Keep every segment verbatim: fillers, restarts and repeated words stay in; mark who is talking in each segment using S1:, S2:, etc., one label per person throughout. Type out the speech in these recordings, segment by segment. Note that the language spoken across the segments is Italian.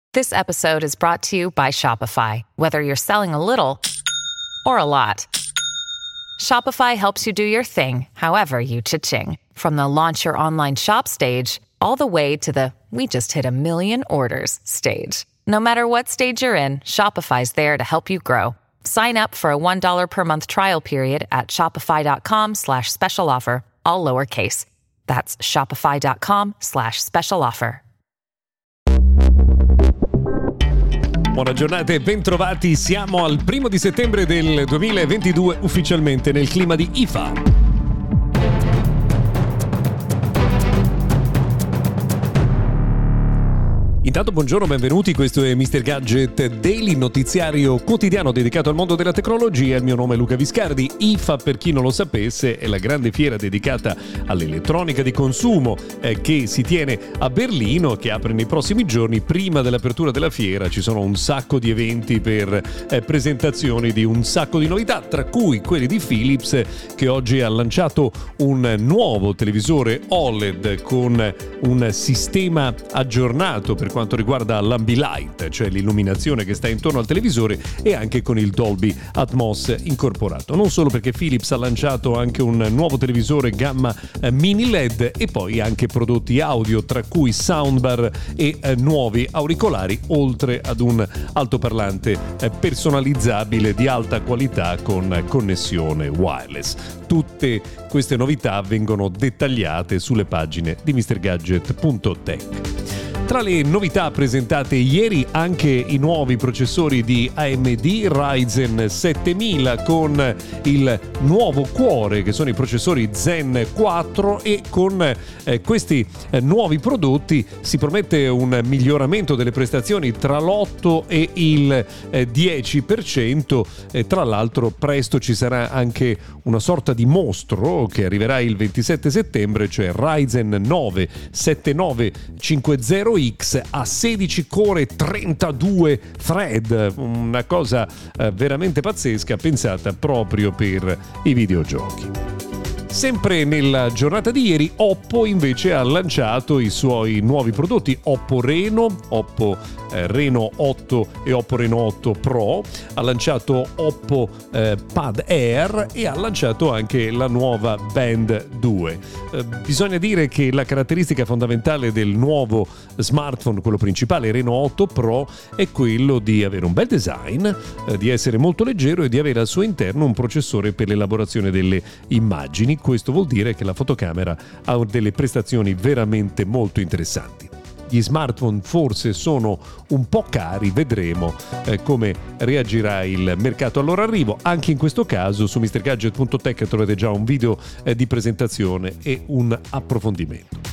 S1: This episode is brought to you by Shopify. Whether you're selling a little or a lot, Shopify helps you do your thing, however you cha-ching. From the launch your online shop stage, all the way to the we just hit a million orders stage. No matter what stage you're in, Shopify's there to help you grow. Sign up for a one dollar per month trial period at shopify.com slash special offer, all lowercase. That's shopify.com slash special offer.
S2: Buona giornata e bentrovati, siamo al primo di settembre del duemilaventidue, ufficialmente nel clima di I F A. Intanto buongiorno, benvenuti, questo è mister Gadget Daily, notiziario quotidiano dedicato al mondo della tecnologia. Il mio nome è Luca Viscardi. I F A, per chi non lo sapesse, è la grande fiera dedicata all'elettronica di consumo eh, che si tiene a Berlino, che apre nei prossimi giorni. Prima dell'apertura della fiera ci sono un sacco di eventi per eh, presentazioni di un sacco di novità, tra cui quelli di Philips, che oggi ha lanciato un nuovo televisore O L E D con un sistema aggiornato per quanto riguarda l'Ambilight, cioè l'illuminazione che sta intorno al televisore, e anche con il Dolby Atmos incorporato. Non solo, perché Philips ha lanciato anche un nuovo televisore gamma mini L E D e poi anche prodotti audio, tra cui soundbar e eh, nuovi auricolari, oltre ad un altoparlante eh, personalizzabile di alta qualità con connessione wireless. Tutte queste novità vengono dettagliate sulle pagine di mister gadget punto tech. Tra le novità presentate ieri anche i nuovi processori di A M D Ryzen settemila con il nuovo cuore, che sono i processori Zen quattro, e con eh, questi eh, nuovi prodotti si promette un miglioramento delle prestazioni tra l'otto e il eh, dieci per cento. E tra l'altro presto ci sarà anche una sorta di mostro che arriverà il ventisette settembre, cioè Ryzen nove settantanove cinquanta X a sedici core, trentadue thread, una cosa eh, veramente pazzesca, pensata proprio per i videogiochi. Sempre nella giornata di ieri, Oppo invece ha lanciato i suoi nuovi prodotti, Oppo Reno, Oppo eh, Reno otto e Oppo Reno otto Pro, ha lanciato Oppo eh, Pad Air e ha lanciato anche la nuova Band due. Eh, bisogna dire che la caratteristica fondamentale del nuovo smartphone, quello principale Reno otto Pro, è quello di avere un bel design, eh, di essere molto leggero e di avere al suo interno un processore per l'elaborazione delle immagini. Questo vuol dire che la fotocamera ha delle prestazioni veramente molto interessanti. Gli smartphone forse sono un po' cari, vedremo eh, come reagirà il mercato al loro arrivo. Anche in questo caso su mister gadget punto tech trovate già un video eh, di presentazione e un approfondimento.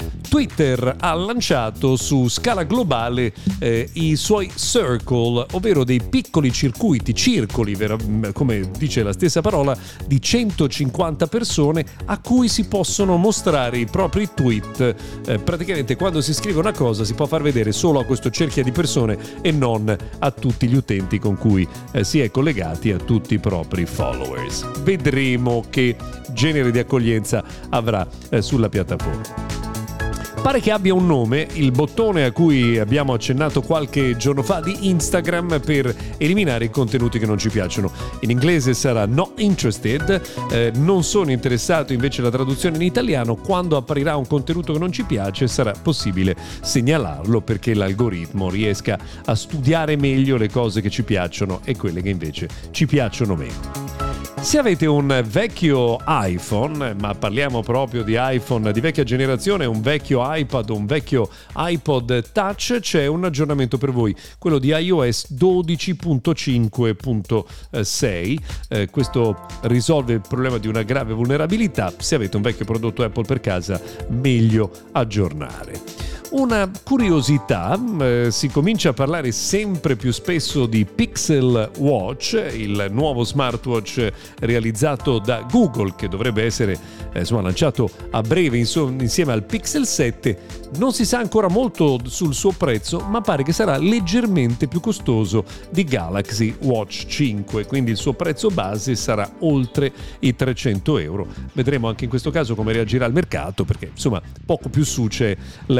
S2: Twitter ha lanciato su scala globale eh, i suoi Circle, ovvero dei piccoli circuiti, circoli, vera, come dice la stessa parola, di centocinquanta persone a cui si possono mostrare i propri tweet. Eh, praticamente quando si scrive una cosa si può far vedere solo a questo cerchio di persone e non a tutti gli utenti con cui eh, si è collegati, a tutti i propri followers. Vedremo che genere di accoglienza avrà eh, sulla piattaforma. Pare che abbia un nome il bottone a cui abbiamo accennato qualche giorno fa di Instagram per eliminare i contenuti che non ci piacciono. In inglese sarà not interested, eh, non sono interessato invece la traduzione in italiano. Quando apparirà un contenuto che non ci piace sarà possibile segnalarlo perché l'algoritmo riesca a studiare meglio le cose che ci piacciono e quelle che invece ci piacciono meno. Se avete un vecchio iPhone, ma parliamo proprio di iPhone di vecchia generazione, un vecchio iPad, un vecchio iPod Touch, c'è un aggiornamento per voi, quello di iOS dodici punto cinque punto sei. Eh, questo risolve il problema di una grave vulnerabilità. Se avete un vecchio prodotto Apple per casa, meglio aggiornare. Una curiosità, eh, si comincia a parlare sempre più spesso di Pixel Watch, il nuovo smartwatch realizzato da Google, che dovrebbe essere eh, insomma, lanciato a breve insomma, insieme al Pixel sette. Non si sa ancora molto sul suo prezzo, ma pare che sarà leggermente più costoso di Galaxy Watch cinque, quindi il suo prezzo base sarà oltre i trecento euro. Vedremo anche in questo caso come reagirà il mercato, perché insomma poco più su c'è l'Apple Watch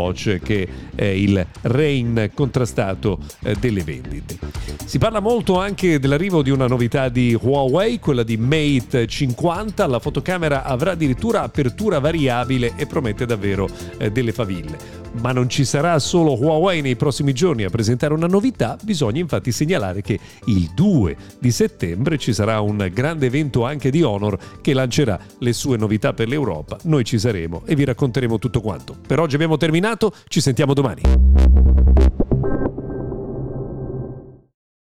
S2: Watch, che è il reign contrastato eh, delle vendite. Si parla molto anche dell'arrivo di una novità di Huawei, quella di Mate cinquanta. La fotocamera avrà addirittura apertura variabile e promette davvero eh, delle faville. Ma non ci sarà solo Huawei nei prossimi giorni a presentare una novità. Bisogna infatti segnalare che il due di settembre ci sarà un grande evento anche di Honor che lancerà le sue novità per l'Europa. Noi ci saremo e vi racconteremo tutto quanto. Per oggi abbiamo terminato, ci sentiamo domani.